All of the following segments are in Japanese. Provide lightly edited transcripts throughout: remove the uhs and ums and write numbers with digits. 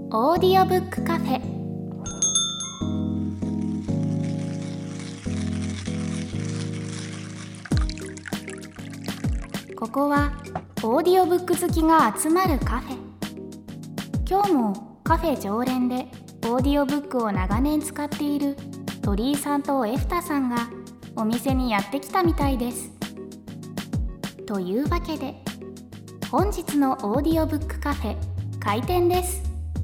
オーディオブックカフェ。ここはオーディオブック好きが集まるカフェ。今日もカフェ常連でオーディオブックを長年使っている鳥居さんとエフタさんがお店にやってきたみたいです。というわけで本日のオーディオブックカフェ開店です。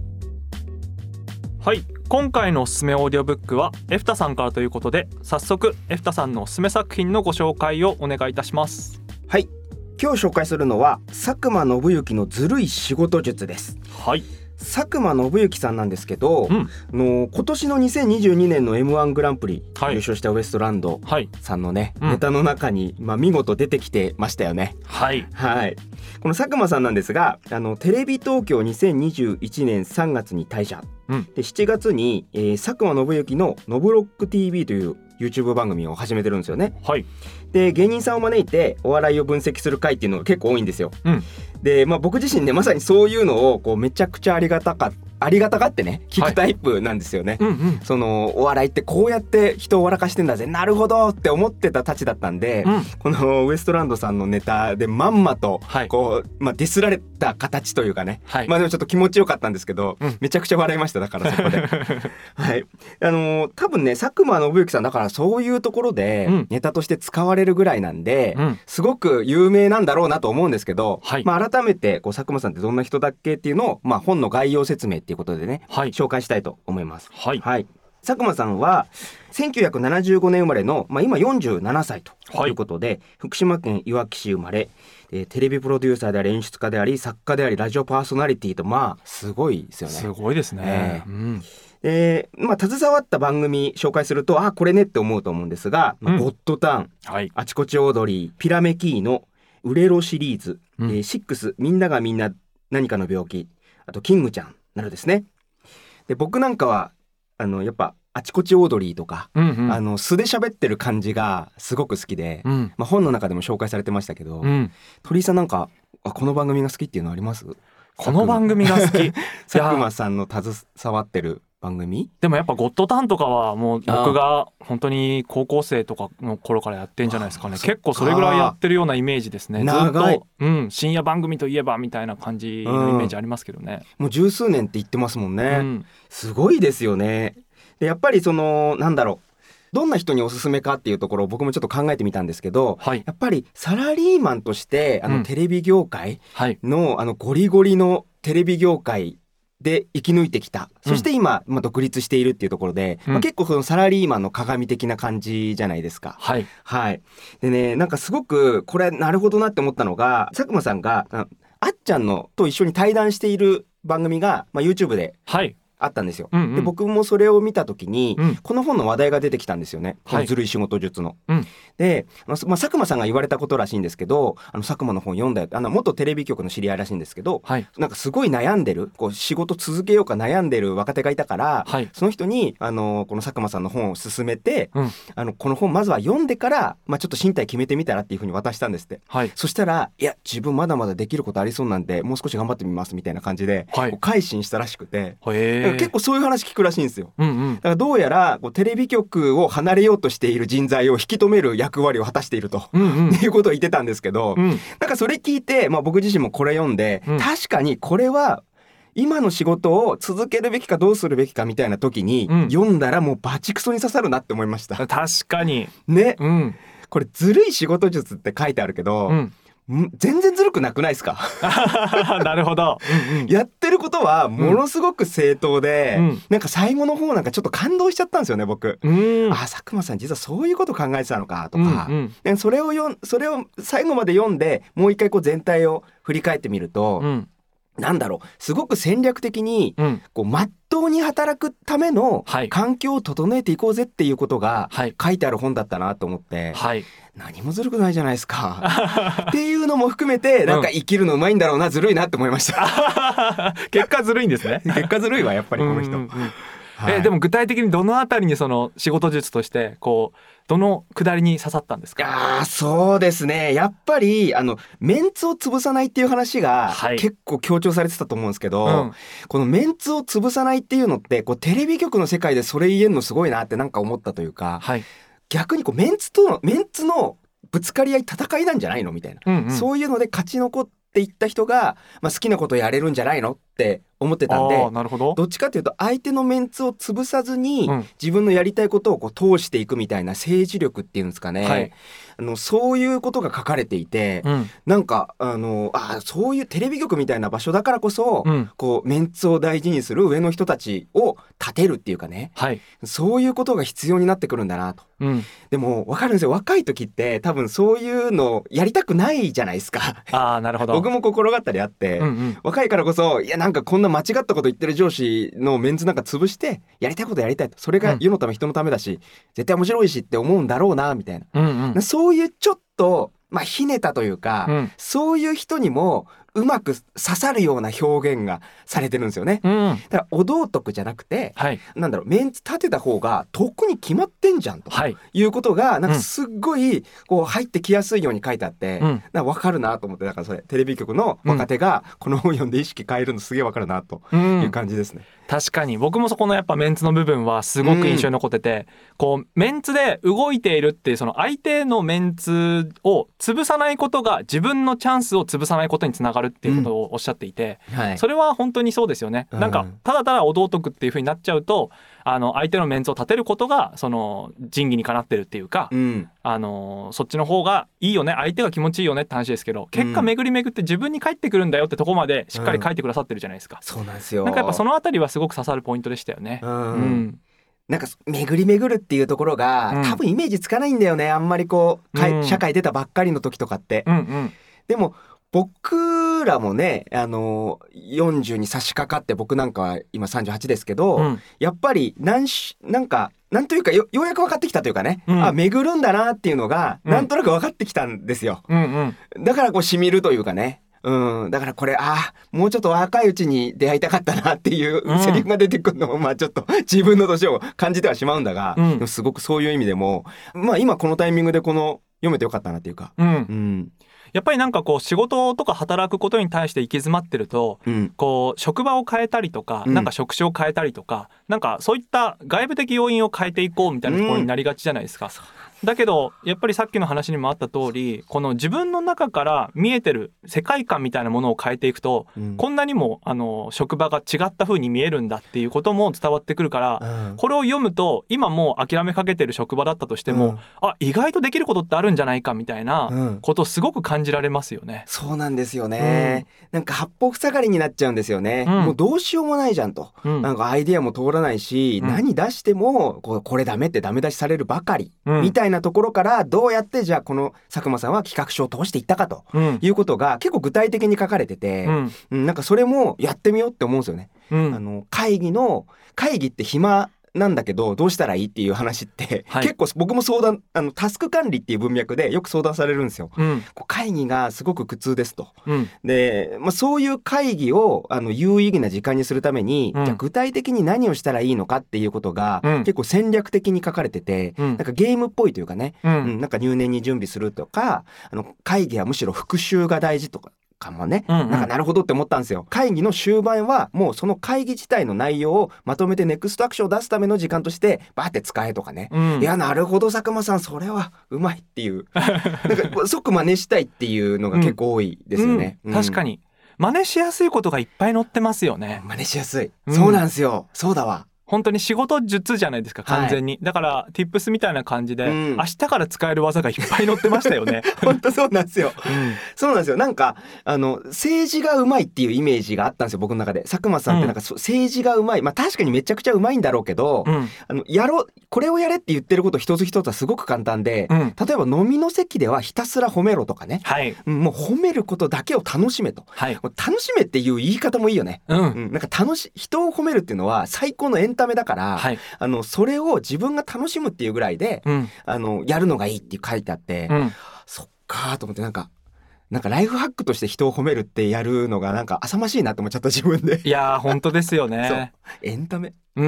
はい、今回のおすすめオーディオブックはエフタさんからということで、早速エフタさんのおすすめ作品のご紹介をお願いいたします。 はい、今日紹介するのは佐久間信行のずるい仕事術です。 はい、 佐久間信行さんなんですけど、今年の2022年の M1 グランプリ優勝したウエストランドさんのね、ネタの中に、見事出てきてましたよね。 はい、 この佐久間さんなんですが、テレビ東京2021年3月に退社、で7月に、佐久間信行のノブロック TV という YouTube 番組を始めてるんですよね。で芸人さんを招いてお笑いを分析する回っていうのが結構多いんですよ。で、僕自身ねまさにそういうのをこうめちゃくちゃありがたがってね聞くタイプなんですよね。そのお笑いってこうやって人を笑かしてんだぜ、なるほどって思ってたたちだったんで、このウエストランドさんのネタでまんまとこう、ディスられた形というかね、でもちょっと気持ちよかったんですけど、めちゃくちゃ笑いました。だからそこで多分ね佐久間信行さんだからそういうところでネタとして使われるぐらいなんで、すごく有名なんだろうなと思うんですけど、改めてこう佐久間さんってどんな人だっけっていうのを、本の概要説明っていうことでね、紹介したいと思います。佐久間さんは1975年生まれの、今47歳ということで、福島県いわき市生まれ、テレビプロデューサーであり演出家であり作家でありラジオパーソナリティと、すごいですよね。 すごいですね。 携わった番組紹介するとこれねって思うと思うんですが、ゴッドタン、あちこちオードリー、ピラメキーノ、ウレロシリーズ、シックス、みんながみんな何かの病気、あとキングちゃんなどですね。で僕なんかはやっぱあちこちオードリーとか、素で喋ってる感じがすごく好きで、本の中でも紹介されてましたけど、鳥居さんなんかこの番組が好きっていうのあります？ この番組が好き佐久間さんの携わってる番組でもやっぱゴッドタンとかはもう僕が本当に高校生とかの頃からやってんじゃないですかね。結構それぐらいやってるようなイメージですね。ずっと、深夜番組といえばみたいな感じのイメージありますけどね。 もう十数年って言ってますもんね。すごいですよね。でやっぱりそのどんな人におすすめかっていうところを僕もちょっと考えてみたんですけど、やっぱりサラリーマンとしてテレビ業界の、ゴリゴリのテレビ業界で生き抜いてきた、そして今、独立しているっていうところで、結構そのサラリーマンの鏡的な感じじゃないですか。でね、なんかすごくこれなるほどなって思ったのが、佐久間さんがあっちゃんのと一緒に対談している番組が、YouTube であったんですよ。で僕もそれを見た時に、この本の話題が出てきたんですよね。このずるい仕事術の。で、佐久間さんが言われたことらしいんですけど、佐久間の本読んだよ、元テレビ局の知り合いらしいんですけど、なんかすごい悩んでる、こう仕事続けようか悩んでる若手がいたから、その人にこの佐久間さんの本を勧めて、この本まずは読んでから、ちょっと進退決めてみたらっていう風に渡したんですって。そしたら、いや自分まだまだできることありそうなんでもう少し頑張ってみますみたいな感じで、改心したらしくて、結構そういう話聞くらしいんですよ。だからどうやらテレビ局を離れようとしている人材を引き止める役割を果たしていると、いうことを言ってたんですけど、なんかそれ聞いて、僕自身もこれ読んで、確かにこれは今の仕事を続けるべきかどうするべきかみたいな時に、読んだらもうバチクソに刺さるなって思いました。 確かにね、これずるい仕事術って書いてあるけど、全然ずるくなくないですか？ なるほど。 やってることはものすごく正当で、なんか最後の方なんかちょっと感動しちゃったんですよね僕。佐久間さん実はそういうこと考えてたのかとか、それを最後まで読んでもう一回こう全体を振り返ってみると、すごく戦略的にこう真っ当に働くための環境を整えていこうぜっていうことが書いてある本だったなと思って、何もずるくないじゃないですかっていうのも含めて、なんか生きるのうまいんだろうな、ずるいなって思いました。 結果ずるいんですね。 結果ずるいわやっぱりこの人。 でも具体的にどのあたりにその仕事術としてこうどのくだりに刺さったんですか？ そうですね、やっぱりメンツを潰さないっていう話が結構強調されてたと思うんですけど、このメンツを潰さないっていうのってこうテレビ局の世界でそれ言えるのすごいなってなんか思ったというか、逆にこうメンツのぶつかり合い戦いなんじゃないのみたいな、そういうので勝ち残っていった人が、好きなことやれるんじゃないのって思ってたんで、 なるほど。 どっちかというと相手のメンツを潰さずに、自分のやりたいことをこう通していくみたいな政治力っていうんですかね、そういうことが書かれていて、なんかそういうテレビ局みたいな場所だからこそ、こうメンツを大事にする上の人たちを立てるっていうかね、そういうことが必要になってくるんだなと。でも分かるんですよ、若い時って多分そういうのやりたくないじゃないですか。 なるほど。 僕も心がったりあって、若いからこそいやなんかこんな間違ったこと言ってる上司のメンツなんか潰してやりたいことやりたいと、それが世のため人のためだし、絶対面白いしって思うんだろうなみたいな、そういうちょっとひねたというか、そういう人にもうまく刺さるような表現がされてるんですよね。だからお道徳じゃなくて、なんだろう、メンツ立てた方が得に決まってんじゃんということがなんかすっごいこう入ってきやすいように書いてあって、なんか分かるなと思って、だからそれテレビ局の若手がこの本読んで意識変えるのすげえ分かるなという感じですね。 確かに僕もそこのやっぱメンツの部分はすごく印象に残ってて、こうメンツで動いているっていうその相手のメンツを潰さないことが自分のチャンスを潰さないことにつながるっていうことをおっしゃっていて、それは本当にそうですよね。なんかただただお道徳っていう風になっちゃうと、相手のメンツを立てることがその仁義にかなってるっていうか、そっちの方がいいよね、相手が気持ちいいよねって話ですけど、結果巡り巡って自分に返ってくるんだよってとこまでしっかり書いてくださってるじゃないですか。 そうなんですよ。 なんかやっぱそのあたりはすごく刺さるポイントでしたよね。 なんか巡り巡るっていうところが、多分イメージつかないんだよね、あんまりこう、社会出たばっかりの時とかって、でも僕らもね、40に差し掛かって、僕なんかは今38ですけど、やっぱりなんというか ようやく分かってきたというかね、巡るんだなっていうのがなんとなく分かってきたんですよ。だからこう染みるというかね、だからこれもうちょっと若いうちに出会いたかったなっていうセリフが出てくるのも、ちょっと自分の年を感じてはしまうんだが、でもすごくそういう意味でも、今このタイミングでこの読めてよかったなっていうか、 やっぱりなんかこう仕事とか働くことに対して行き詰まってると、こう職場を変えたりとか、なんか職種を変えたりとか、なんかそういった外部的要因を変えていこうみたいなところになりがちじゃないですか。だけどやっぱりさっきの話にもあった通り、この自分の中から見えてる世界観みたいなものを変えていくと、こんなにも職場が違った風に見えるんだっていうことも伝わってくるから、これを読むと今もう諦めかけてる職場だったとしても、意外とできることってあるんじゃないかみたいなことをすごく感じられますよね。 そうなんですよね、なんか八方塞がりになっちゃうんですよね、もうどうしようもないじゃんと、なんかアイデアも通らないし、何出してもこれダメってダメ出しされるばかり、みたいなところからどうやってじゃあこの佐久間さんは企画書を通していったかということが結構具体的に書かれてて、なんかそれもやってみようって思うんですよね。会議って暇なんだけどどうしたらいいっていう話って、結構僕も相談タスク管理っていう文脈でよく相談されるんですよ。会議がすごく苦痛ですと、で、そういう会議を有意義な時間にするために、じゃあ具体的に何をしたらいいのかっていうことが、結構戦略的に書かれてて、なんかゲームっぽいというかね、なんか入念に準備するとか、会議はむしろ復習が大事とかもね、なんかなるほどって思ったんですよ。会議の終盤はもうその会議自体の内容をまとめてネクストアクションを出すための時間としてバーって使えとかね、いやなるほど佐久間さんそれはうまいっていうなんか即真似したいっていうのが結構多いですよね。 確かに真似しやすいことがいっぱい載ってますよね。 真似しやすい、そうなんですよ。そうだわ、 本当に仕事術じゃないですか完全に、だから Tips みたいな感じで、明日から使える技がいっぱい載ってましたよね本当そうなんですよ、そうなんですよ。なんか政治がうまいっていうイメージがあったんですよ僕の中で。佐久間さんってなんか、政治がうまい、確かにめちゃくちゃうまいんだろうけど、これをやれって言ってること一つ一つはすごく簡単で、例えば飲みの席ではひたすら褒めろとかね、もう褒めることだけを楽しめと、楽しめっていう言い方もいいよね、なんか人を褒めるっていうのは最高のエンタメだから、それを自分が楽しむっていうぐらいで、やるのがいいって書いてあって、そっかーと思って、なんかライフハックとして人を褒めるってやるのがなんか浅ましいなと思っちゃった自分で。 いやー本当ですよねそうエンタメ、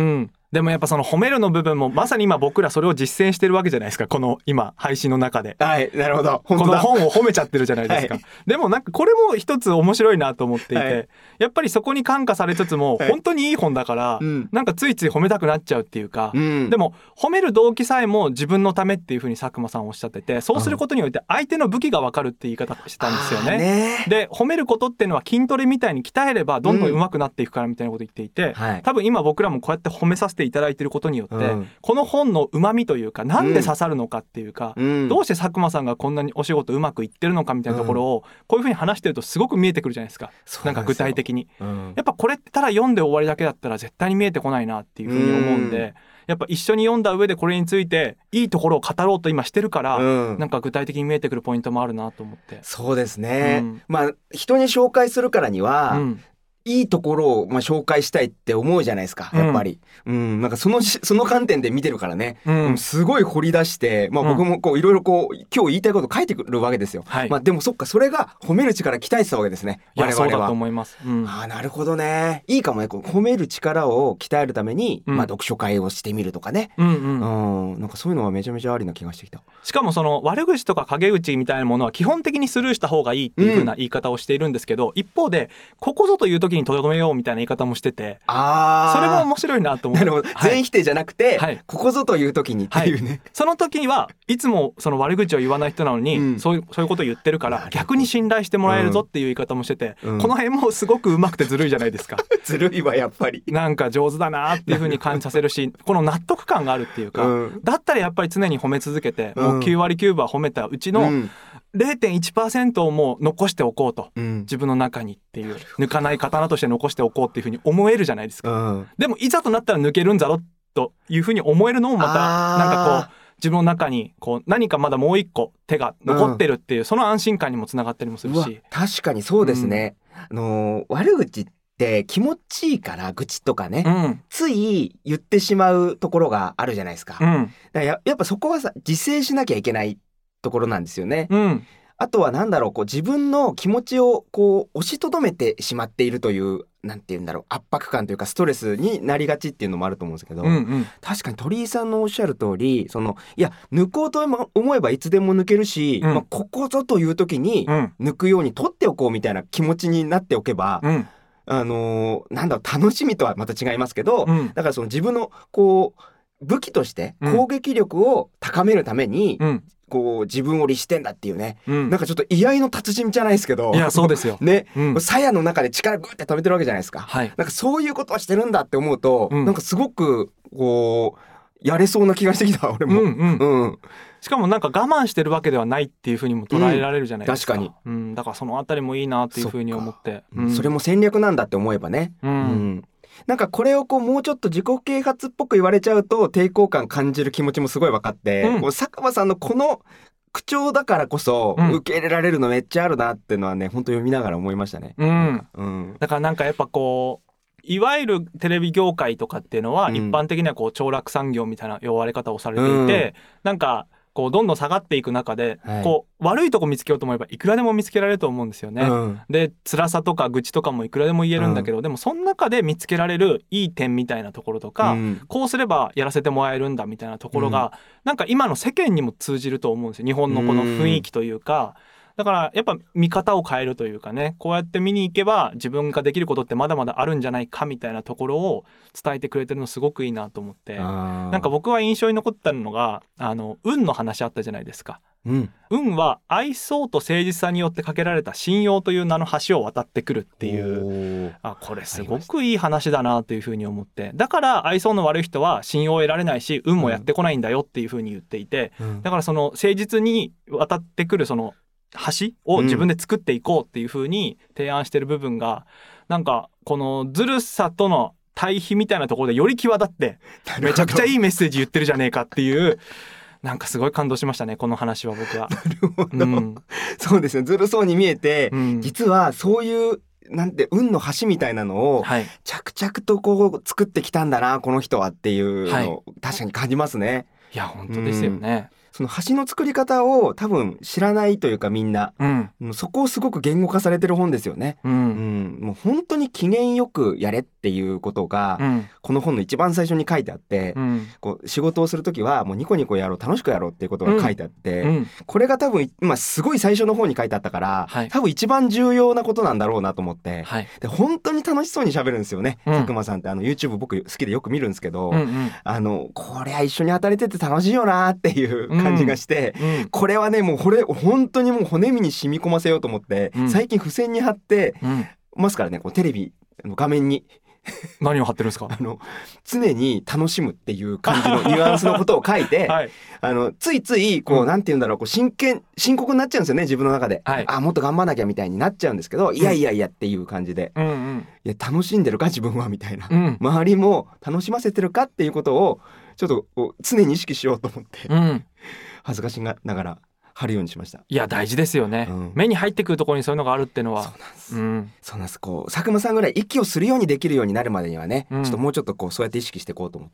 でもやっぱその褒めるの部分もまさに今僕らそれを実践してるわけじゃないですか、この今配信の中で。 はい、なるほど。 この本を褒めちゃってるじゃないですか、はい、でもなんかこれも一つ面白いなと思っていて、はい、やっぱりそこに感化されつつも本当にいい本だから、はい、なんかついつい褒めたくなっちゃうっていうか、でも褒める動機さえも自分のためっていうふうに佐久間さんおっしゃってて、そうすることによって相手の武器が分かるって言い方してたんですよね。で褒めることっていうのは筋トレみたいに鍛えればどんどん上手くなっていくからみたいなこと言っていて、多分今僕らもこうやって褒めさせていただいていることによって、この本の旨味というかなんで刺さるのかっていうか、どうして佐久間さんがこんなにお仕事うまくいってるのかみたいなところをこういうふうに話してるとすごく見えてくるじゃないですか。なんか具体的に、やっぱこれただ読んで終わりだけだったら絶対に見えてこないなっていうふうに思うんで、やっぱ一緒に読んだ上でこれについていいところを語ろうと今してるから、なんか具体的に見えてくるポイントもあるなと思って。 そうですね、まあ人に紹介するからには、いいところを紹介したいって思うじゃないですか、やっぱり、なんかその観点で見てるからね、すごい掘り出して、僕もいろいろ今日言いたいこと書いてくるわけですよ、でもそっか、それが褒める力鍛えてたわけですね、我々は。 そうだと思います、 なるほどね。いいかもね、褒める力を鍛えるために、読書会をしてみるとかね、なんかそういうのはめちゃめちゃありな気がしてきた。 しかもその悪口とか陰口みたいなものは基本的にスルーした方がいいっていう風な言い方をしているんですけど、一方でここぞという時にとどめようみたいな言い方もしてて、それも面白いなと思って。 なるほど、全否定じゃなくて、ここぞという時にっていうね、 その時にはいつもその悪口を言わない人なのに、そういうことを言ってるから逆に信頼してもらえるぞっていう言い方もしてて、この辺もすごくうまくてずるいじゃないですかずるいわ、やっぱりなんか上手だなっていう風に感じさせるしこの納得感があるっていうか、だったらやっぱり常に褒め続けて、もう9割9分は褒めたうちの、0.1% をもう残しておこうと、自分の中にっていう抜かない刀として残しておこうっていうふうに思えるじゃないですか、でもいざとなったら抜けるんだろというふうに思えるのもまたなんかこう自分の中にこう何かまだもう一個手が残ってるっていう、その安心感にもつながったりもするし。 確かにそうですね、悪口って気持ちいいから愚痴とかね、つい言ってしまうところがあるじゃないですか、だからやっぱそこはさ自制しなきゃいけないところなんですよね、あとはなんだろう、こう自分の気持ちをこう押しとどめてしまっているという、なんて言うんだろう、圧迫感というかストレスになりがちっていうのもあると思うんですけど、確かに鳥居さんのおっしゃる通り、いや抜こうと思えばいつでも抜けるし、ここぞという時に抜くように取っておこうみたいな気持ちになっておけば、なんだろう、楽しみとはまた違いますけど、だからその自分のこう武器として攻撃力を高めるために、こう自分を律してんだっていうね、なんかちょっと居合の達人じゃないですけど、 いやそうですよね、鞘の中で力グーって止めてるわけじゃないですか、なんかそういうことをしてるんだって思うと、なんかすごくこうやれそうな気がしてきた俺も、 しかもなんか我慢してるわけではないっていう風にも捉えられるじゃないですか、 確かに、だからそのあたりもいいなっていう風に思って、 それも戦略なんだって思えばね、なんかこれをこうもうちょっと自己啓発っぽく言われちゃうと抵抗感感じる気持ちもすごい分かって、こう佐久間さんのこの口調だからこそ受け入れられるのめっちゃあるなっていうのはね、本当読みながら思いましたね、 だからなんかやっぱこういわゆるテレビ業界とかっていうのは一般的にはこう凋落産業みたいな呼ばれ方をされていて、なんかこうどんどん下がっていく中で、こう悪いとこ見つけようと思えばいくらでも見つけられると思うんですよね、で辛さとか愚痴とかもいくらでも言えるんだけど、でもその中で見つけられるいい点みたいなところとか、こうすればやらせてもらえるんだみたいなところが、なんか今の世間にも通じると思うんですよ、日本のこの雰囲気というか、だからやっぱ見方を変えるというかね、こうやって見に行けば自分ができることってまだまだあるんじゃないかみたいなところを伝えてくれてるのすごくいいなと思って、なんか僕は印象に残ったのが運の話あったじゃないですか、運は愛想と誠実さによってかけられた信用という名の橋を渡ってくるっていう、これすごくいい話だなというふうに思って、だから愛想の悪い人は信用を得られないし運もやってこないんだよっていうふうに言っていて、だからその誠実に渡ってくるその橋を自分で作っていこうっていう風に提案してる部分が、なんかこのずるさとの対比みたいなところでより際立ってめちゃくちゃいいメッセージ言ってるじゃねえかっていうなんかすごい感動しましたね、この話は僕は。 なるほど、そうですね、ずるそうに見えて、実はそういうなんて運の橋みたいなのを着々とこう作ってきたんだなこの人はっていうのを確かに感じますね。 いや本当ですよね、 その橋の作り方を多分知らないというかみんな、そこをすごく言語化されてる本ですよね、もう本当に機嫌よくやれってっていうことが、この本の一番最初に書いてあって、こう仕事をするときはもうニコニコやろう、楽しくやろうっていうことが書いてあって、これが多分今すごい最初の方に書いてあったから、多分一番重要なことなんだろうなと思って、で本当に楽しそうに喋るんですよね、佐久間さんって。YouTube 僕好きでよく見るんですけど、これは一緒に働いてて楽しいよなっていう感じがして、これはねもう本当にもう骨身に染み込ませようと思って、最近付箋に貼ってますからね、こうテレビの画面に何を貼ってるんですか？ 常に楽しむっていう感じのニュアンスのことを書いて、ついついこう、なんて言うんだろう、こう深刻になっちゃうんですよね、自分の中で。もっと頑張んなきゃみたいになっちゃうんですけど、いやっていう感じで、いや楽しんでるか自分はみたいな、周りも楽しませてるかっていうことをちょっとこう常に意識しようと思って、恥ずかしながら貼るようにしました。 いや大事ですよね、目に入ってくるところにそういうのがあるっていうのは。 そうなんです、こう佐久間さんぐらい息をするようにできるようになるまでにはね、ちょっともうちょっとこうそうやって意識していこうと思って。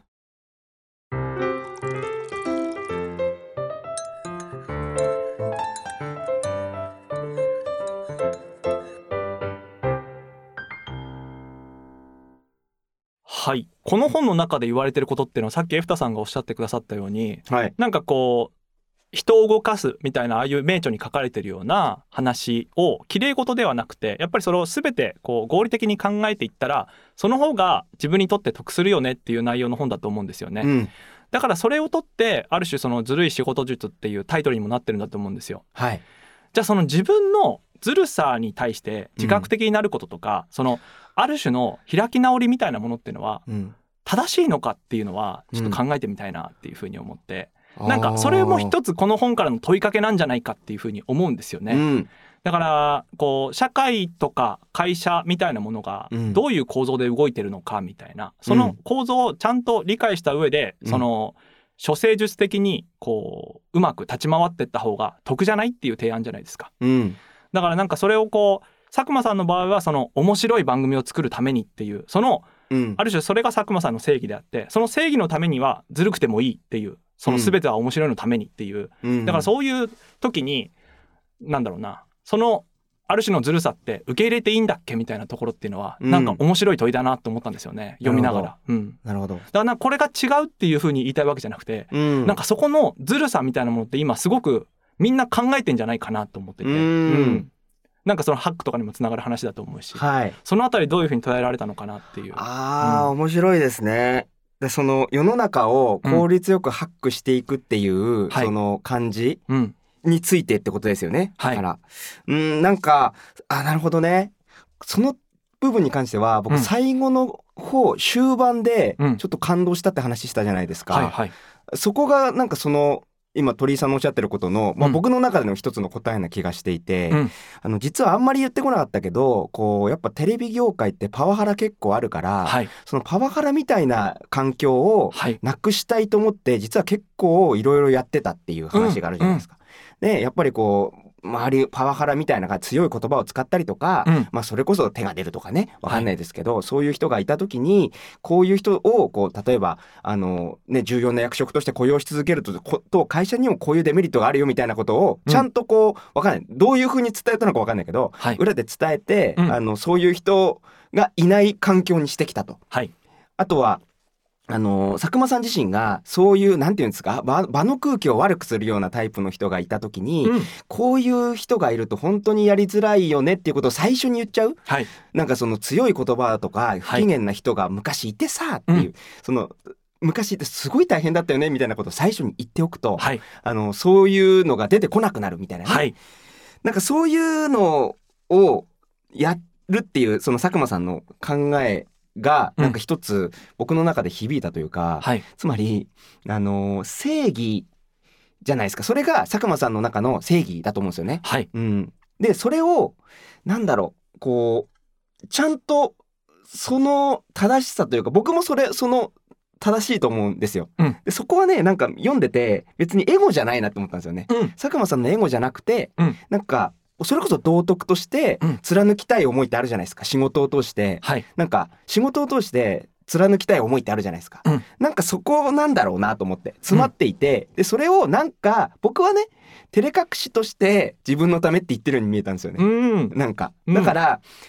はい、この本の中で言われてることっていうのはさっきエフタさんがおっしゃってくださったように、なんかこう人を動かすみたいな、ああいう名著に書かれてるような話を綺麗事ではなくて、やっぱりそれを全てこう合理的に考えていったらその方が自分にとって得するよねっていう内容の本だと思うんですよね、だからそれをとってある種そのずるい仕事術っていうタイトルにもなってるんだと思うんですよ。じゃあその自分のずるさに対して自覚的になることとか、そのある種の開き直りみたいなものっていうのは正しいのかっていうのはちょっと考えてみたいなっていうふうに思って、なんかそれも一つこの本からの問いかけなんじゃないかっていうふうに思うんですよね、だからこう社会とか会社みたいなものがどういう構造で動いてるのかみたいな、その構造をちゃんと理解した上で、その処世術的にこううまく立ち回っていった方が得じゃないっていう提案じゃないですか、だからなんかそれをこう佐久間さんの場合はその面白い番組を作るためにっていう、そのある種それが佐久間さんの正義であって、その正義のためにはずるくてもいいっていう、その全ては面白いのためにっていう、だからそういう時になんだろうな、そのある種のずるさって受け入れていいんだっけみたいなところっていうのは、なんか面白い問いだなと思ったんですよね、読みながら。 なるほど。 だからなんかこれが違うっていうふうに言いたいわけじゃなくて、なんかそこのずるさみたいなものって今すごくみんな考えてんじゃないかなと思ってて、なんかそのハックとかにもつながる話だと思うし、そのあたりどういうふうに捉えられたのかなっていう。 面白いですね。でその世の中を効率よくハックしていくっていう、その感じについてってことですよね、だからなんかなるほどね。その部分に関しては僕最後の方、終盤でちょっと感動したって話したじゃないですか、そこがなんかその今鳥居さんのおっしゃってることの、僕の中での一つの答えな気がしていて、実はあんまり言ってこなかったけど、こうやっぱテレビ業界ってパワハラ結構あるから、そのパワハラみたいな環境をなくしたいと思って、実は結構いろいろやってたっていう話があるじゃないですか。でやっぱりこう周りパワハラみたいな強い言葉を使ったりとか、それこそ手が出るとかね、わかんないですけど、そういう人がいた時にこういう人をこう例えば重要な役職として雇用し続けると会社にもこういうデメリットがあるよみたいなことをちゃんとこうわかんない、どういうふうに伝えたのかわかんないけど、裏で伝えて、そういう人がいない環境にしてきたと。あとは佐久間さん自身がそういうなんていうんですか、場の空気を悪くするようなタイプの人がいた時に、こういう人がいると本当にやりづらいよねっていうことを最初に言っちゃう、なんかその強い言葉とか不機嫌な人が昔いてさっていう、その昔ってすごい大変だったよねみたいなことを最初に言っておくと、そういうのが出てこなくなるみたいなね、なんかそういうのをやるっていうその佐久間さんの考えがなんか一つ僕の中で響いたというか、つまり正義じゃないですか。それが佐久間さんの中の正義だと思うんですよね、でそれをなんだろう、こうちゃんとその正しさというか、僕もその正しいと思うんですよ、でそこはねなんか読んでて別にエゴじゃないなって思ったんですよね、佐久間さんのエゴじゃなくて、なんかそれこそ道徳として貫きたい思いってあるじゃないですか。仕事を通して、なんか仕事を通して貫きたい思いってあるじゃないですか、なんかそこなんだろうなと思って詰まっていて、でそれをなんか僕はね照れ隠しとして自分のためって言ってるように見えたんですよね、なんかだから、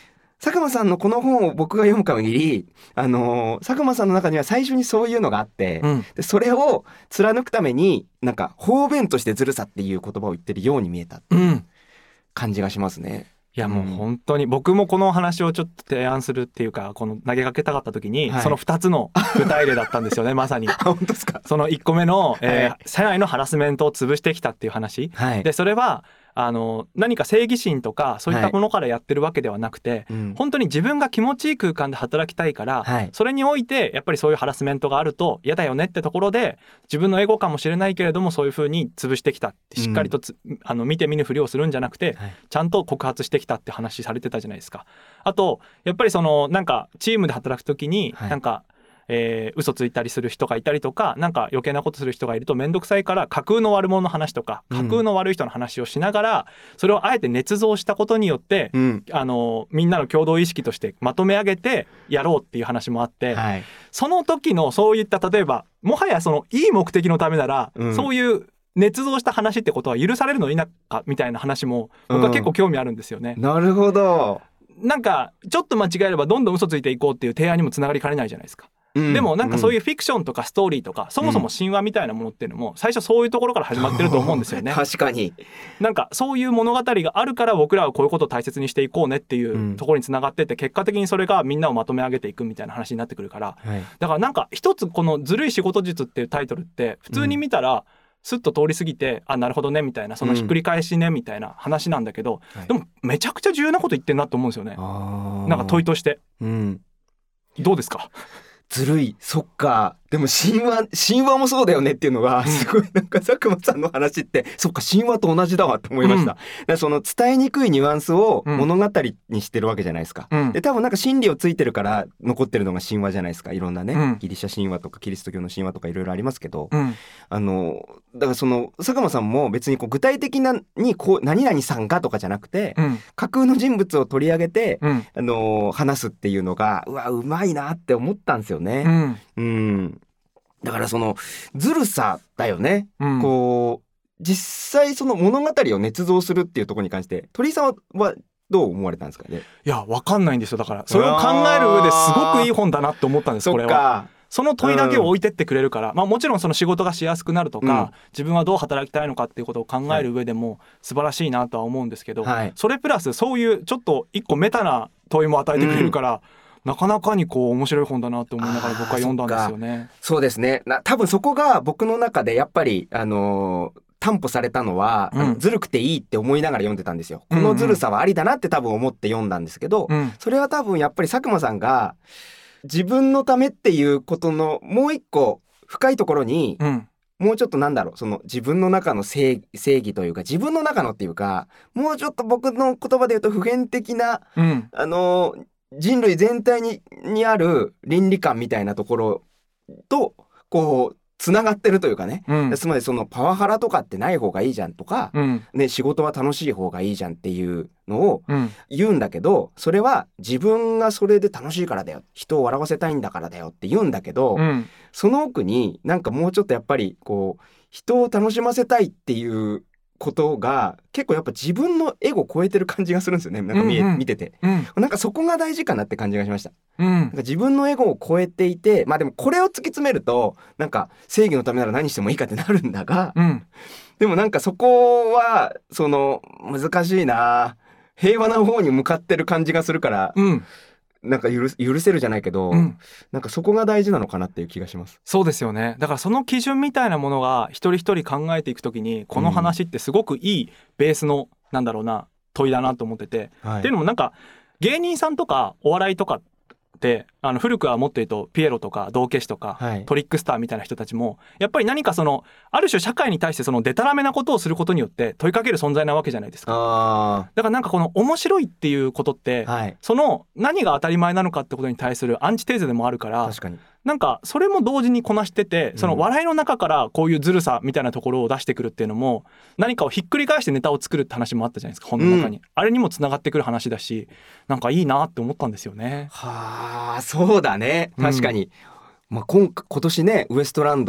佐久間さんのこの本を僕が読む限り、佐久間さんの中には最初にそういうのがあって、でそれを貫くためになんか方便としてずるさっていう言葉を言ってるように見えたっていう感じがしますね。 いやもう本当に僕もこの話をちょっと提案するっていうか、この投げかけたかった時に、その2つの具体例だったんですよねまさに。 本当ですか。 その1個目の、社内のハラスメントを潰してきたっていう話、でそれは何か正義心とかそういったものからやってるわけではなくて、本当に自分が気持ちいい空間で働きたいから、それにおいてやっぱりそういうハラスメントがあると嫌だよねってところで、自分のエゴかもしれないけれどもそういう風に潰してきたって、しっかりと見て見ぬふりをするんじゃなくて、ちゃんと告発してきたって話されてたじゃないですか。あとやっぱりなんかチームで働く時になんか嘘ついたりする人がいたりとか、なんか余計なことする人がいると面倒くさいから、架空の悪者の話とか架空の悪い人の話をしながら、それをあえて捏造したことによって、みんなの共同意識としてまとめ上げてやろうっていう話もあって、その時のそういった、例えばもはやそのいい目的のためなら、そういう捏造した話ってことは許されるの否かみたいな話も僕は結構興味あるんですよね。 なるほど。 なんかちょっと間違えればどんどん嘘ついていこうっていう提案にもつながりかねないじゃないですか。でもなんかそういうフィクションとかストーリーとか、そもそも神話みたいなものっていうのも最初そういうところから始まってると思うんですよね。 確かに。なんかそういう物語があるから僕らはこういうことを大切にしていこうねっていうところにつながってて、結果的にそれがみんなをまとめ上げていくみたいな話になってくるから、だからなんか一つこのずるい仕事術っていうタイトルって普通に見たらスッと通り過ぎて、あ、なるほどねみたいな、そのひっくり返しねみたいな話なんだけど、でもめちゃくちゃ重要なこと言ってんなと思うんですよね。なんか問いとして、どうですか。 ずるい。そっか。でも神話もそうだよねっていうのがすごい、なんか佐久間さんの話ってそっか、神話と同じだわって思いました。だからその伝えにくいニュアンスを物語にしてるわけじゃないですか。で多分なんか真理をついてるから残ってるのが神話じゃないですか。いろんなね、ギリシャ神話とかキリスト教の神話とかいろいろありますけど、だからその佐久間さんも別にこう具体的なにこう何々さんがとかじゃなくて、架空の人物を取り上げて、話すっていうのがうまいなって思ったんですよね。だからそのずるさだよね。こう実際その物語を捏造するっていうところに関して鳥居さんはどう思われたんですかね。 いや分かんないんですよ。だからそれを考える上ですごくいい本だなって思ったんです。これはその問いだけを置いてってくれるから、もちろんその仕事がしやすくなるとか、自分はどう働きたいのかっていうことを考える上でも素晴らしいなとは思うんですけど、それプラスそういうちょっと一個メタな問いも与えてくれるから、なかなかにこう面白い本だなと思いながら僕は読んだんですよね。 そうですね。多分そこが僕の中でやっぱり担保されたのは、ずるくていいって思いながら読んでたんですよ。このずるさはありだなって多分思って読んだんですけど、それは多分やっぱり佐久間さんが自分のためっていうことのもう一個深いところに、もうちょっとなんだろう、その自分の中の正義というか、自分の中のっていうか、もうちょっと僕の言葉で言うと普遍的な、人類全体にある倫理観みたいなところとこうつながってるというかね、つまりそのパワハラとかってない方がいいじゃんとか、ね、仕事は楽しい方がいいじゃんっていうのを言うんだけど、それは自分がそれで楽しいからだよ、人を笑わせたいんだからだよって言うんだけど、その奥になんかもうちょっとやっぱりこう人を楽しませたいっていうことが結構やっぱ自分のエゴを超えてる感じがするんですよね。なんか見てて、なんかそこが大事かなって感じがしました。なんか自分のエゴを超えていて、でもこれを突き詰めるとなんか正義のためなら何してもいいかってなるんだが、でもなんかそこはその難しいな、平和な方に向かってる感じがするから、なんか許せるじゃないけど、なんかそこが大事なのかなっていう気がします。 そうですよね。だからその基準みたいなものが一人一人考えていくときに、この話ってすごくいいベースのなんだろうな問いだなと思ってて、っていうのもなんか芸人さんとかお笑いとかって古くはもっと言うとピエロとか道化師とか、トリックスターみたいな人たちもやっぱり何かそのある種社会に対してそのデタラメなことをすることによって問いかける存在なわけじゃないですか。だからなんかこの面白いっていうことって、その何が当たり前なのかってことに対するアンチテーゼでもあるから、 確かになんかそれも同時にこなしてて、その笑いの中からこういうずるさみたいなところを出してくるっていうのも、何かをひっくり返してネタを作るって話もあったじゃないですか、本の中に。あれにもつながってくる話だし、なんかいいなって思ったんですよね。 そうだね、確かに。今年ねウエストランド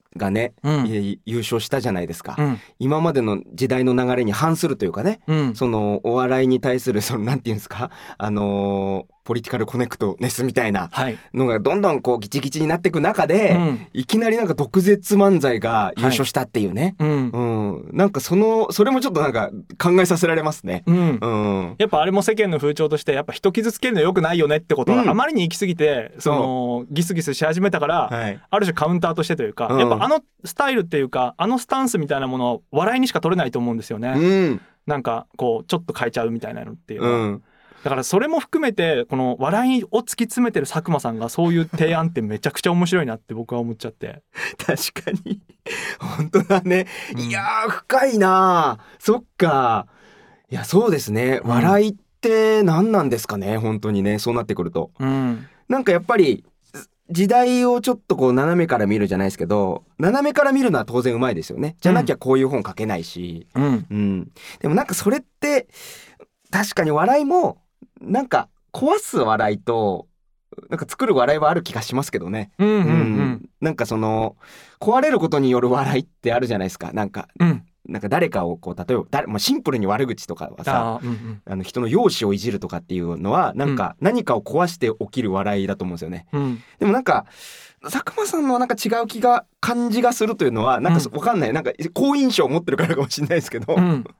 がね、優勝したじゃないですか、今までの時代の流れに反するというかね、そのお笑いに対するそのなんていうんですか、ポリティカルコネクトネスみたいなのがどんどんこうギチギチになっていく中で、いきなりなんか毒舌漫才が優勝したっていうね、なんかそれもちょっとなんか考えさせられますね、 やっぱあれも世間の風潮としてやっぱ人傷つけるの良くないよねってことがあまりに行き過ぎて、そのギスギスし始めたから、ある種カウンターとしてというか、やっぱあのスタイルっていうかあのスタンスみたいなものを笑いにしか取れないと思うんですよね、なんかこうちょっと変えちゃうみたいなのっていうのは、だからそれも含めてこの笑いを突き詰めてる佐久間さんがそういう提案ってめちゃくちゃ面白いなって僕は思っちゃって確かに本当だね、いや深いな、そっか、いやそうですね、笑いって何なんですかね、本当にね、そうなってくると、なんかやっぱり時代をちょっとこう斜めから見るじゃないですけど、斜めから見るのは当然うまいですよね、じゃなきゃこういう本書けないし、でもなんかそれって確かに笑いもなんか壊す笑いとなんか作る笑いはある気がしますけどね、なんかその壊れることによる笑いってあるじゃないですか、なんか誰かをこう例えばシンプルに悪口とかはさ、人の容姿をいじるとかっていうのはなんか何かを壊して起きる笑いだと思うんですよね、でもなんか佐久間さんのなんか違う感じがするというのはなんかわかんない、なんか好印象を持ってるからかもしれないですけど、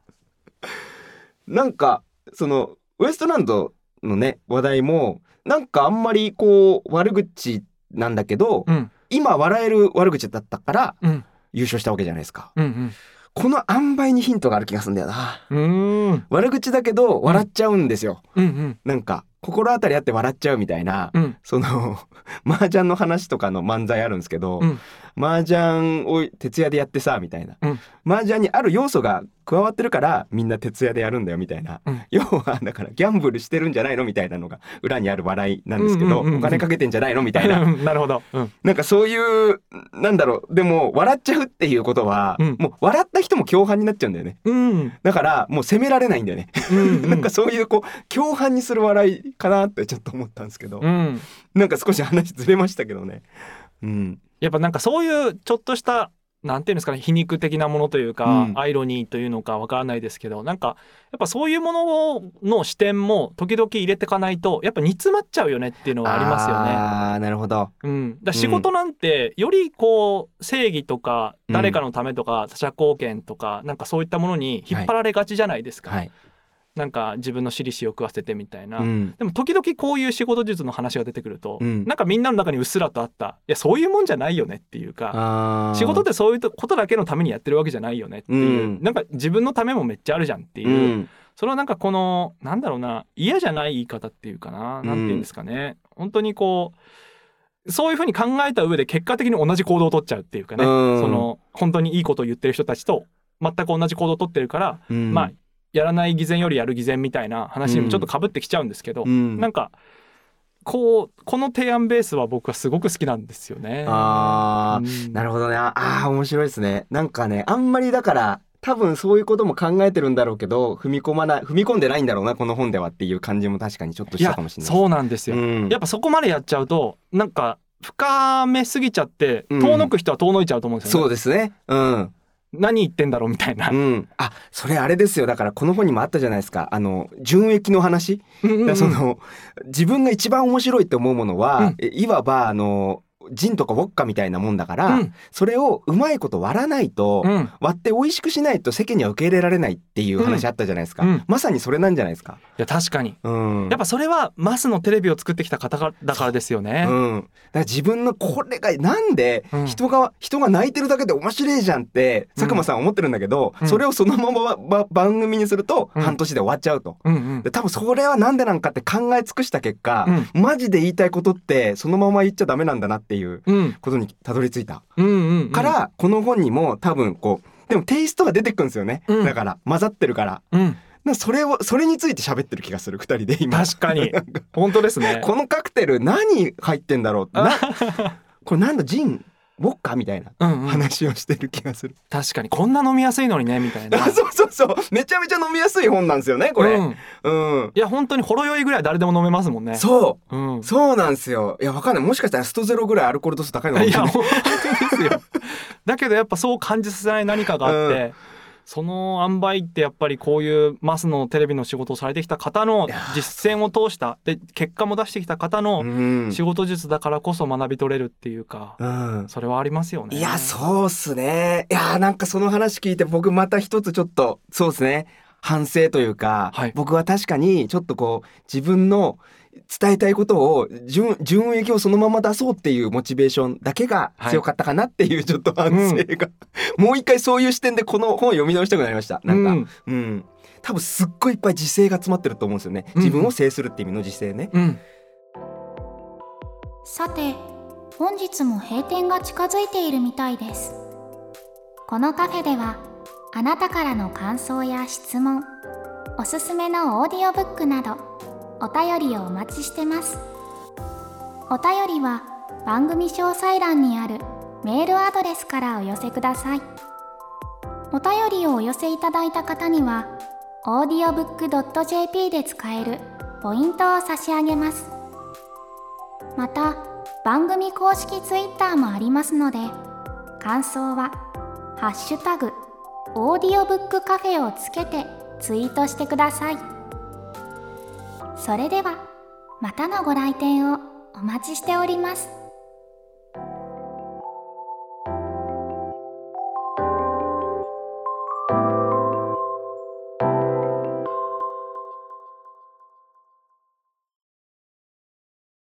なんかそのウエストランドのね話題もなんかあんまりこう悪口なんだけど、今笑える悪口だったから優勝したわけじゃないですか、この塩梅にヒントがある気がするんだよな、悪口だけど笑っちゃうんですよ、なんか心当たりあって笑っちゃうみたいな、その麻雀の話とかの漫才あるんですけど、麻雀を徹夜でやってさみたいな、麻雀にある要素が加わってるからみんな徹夜でやるんだよみたいな、要はだからギャンブルしてるんじゃないのみたいなのが裏にある笑いなんですけど、お金かけてんじゃないのみたいななるほど、 なんかそういうなんだろう、でも笑っちゃうっていうことは、もう笑った人も共犯になっちゃうんだよね、だからもう責められないんだよねなんかそういうこう共犯にする笑いかなってちょっと思ったんですけど、なんか少し話ずれましたけどね、 やっぱなんかそういうちょっとしたなんていうんですかね、皮肉的なものというか、アイロニーというのかわからないですけど、なんかやっぱそういうものの視点も時々入れてかないとやっぱ煮詰まっちゃうよねっていうのはありますよね。 なるほど、 だ仕事なんてよりこう正義とか誰かのためとか他者貢献とかなんかそういったものに引っ張られがちじゃないですか、なんか自分の私利私欲を食わせてみたいな、でも時々こういう仕事術の話が出てくると、なんかみんなの中にうっすらとあった、いやそういうもんじゃないよねっていうか、仕事ってそういうことだけのためにやってるわけじゃないよねっていう、なんか自分のためもめっちゃあるじゃんっていう、それはなんかこのなんだろうな、嫌じゃない言い方っていうかな、なんていうんですかね、本当にこうそういうふうに考えた上で結果的に同じ行動を取っちゃうっていうかね、その本当にいいことを言ってる人たちと全く同じ行動を取ってるから、まあやらない偽善よりやる偽善みたいな話にもちょっと被ってきちゃうんですけど、なんかこの提案ベースは僕はすごく好きなんですよね。 なるほどね、面白いですね。なんかね、あんまりだから多分そういうことも考えてるんだろうけど踏み込んでないんだろうなこの本ではっていう感じも確かにちょっとしたかもしれない。 そうなんですよ、やっぱそこまでやっちゃうとなんか深めすぎちゃって遠のく人は遠のいちゃうと思うんですよね。 そうですね、 何言ってんだろうみたいな、 それあれですよ、だからこの本にもあったじゃないですか、純益の話、その自分が一番面白いって思うものは、いわばジンとかウォッカみたいなもんだから、それをうまいこと割らないと、割って美味しくしないと世間には受け入れられないっていう話あったじゃないですか、まさにそれなんじゃないですか。 いや確かに、やっぱそれはマスのテレビを作ってきた方だからですよね。 だから自分のこれがなんで人が泣いてるだけで面白いじゃんって佐久間さん思ってるんだけど、それをそのまま番組にすると半年で終わっちゃうと、で多分それはなんでなんかって考え尽くした結果、マジで言いたいことってそのまま言っちゃダメなんだなっていうことにたどり着いた、からこの本にも多分こうでもテイストが出てくるんですよね、だから混ざってるから、それについて喋ってる気がする2人で今。 確かに本当ですね。 このカクテル何入ってんだろうこれなんだジンウォッカみたいな話をしてる気がする、 確かにこんな飲みやすいのにねみたいなそうめちゃめちゃ飲みやすい本なんですよねこれ、 いや本当にほろ酔いぐらい誰でも飲めますもんね。 そう、そうなんですよ。いやわかんない、もしかしたらストゼロぐらいアルコール度数高いのかもしれない。 いや本当ですよだけどやっぱそう感じさせない何かがあって、その塩梅ってやっぱりこういうマスのテレビの仕事をされてきた方の実践を通したで結果も出してきた方の仕事術だからこそ学び取れるっていうか、それはありますよね。 いやそうっすね。いやなんかその話聞いて僕また一つちょっとそうですね反省というか、僕は確かにちょっとこう自分の伝えたいことを純益をそのまま出そうっていうモチベーションだけが強かったかなっていうちょっと反省が、もう一回そういう視点でこの本を読み直したくなりました。なんか、多分すっごいいっぱい自制が詰まってると思うんですよね。自分を制するっていう意味の自制ね、 さて本日も閉店が近づいているみたいです。このカフェではあなたからの感想や質問、おすすめのオーディオブックなどお便りをお待ちしてます。お便りは番組詳細欄にあるメールアドレスからお寄せください。お便りをお寄せいただいた方には audiobook.jp で使えるポイントを差し上げます。また番組公式ツイッターもありますので、感想はハッシュタグオーディオブックカフェをつけてツイートしてください。それではまたのご来店をお待ちしております。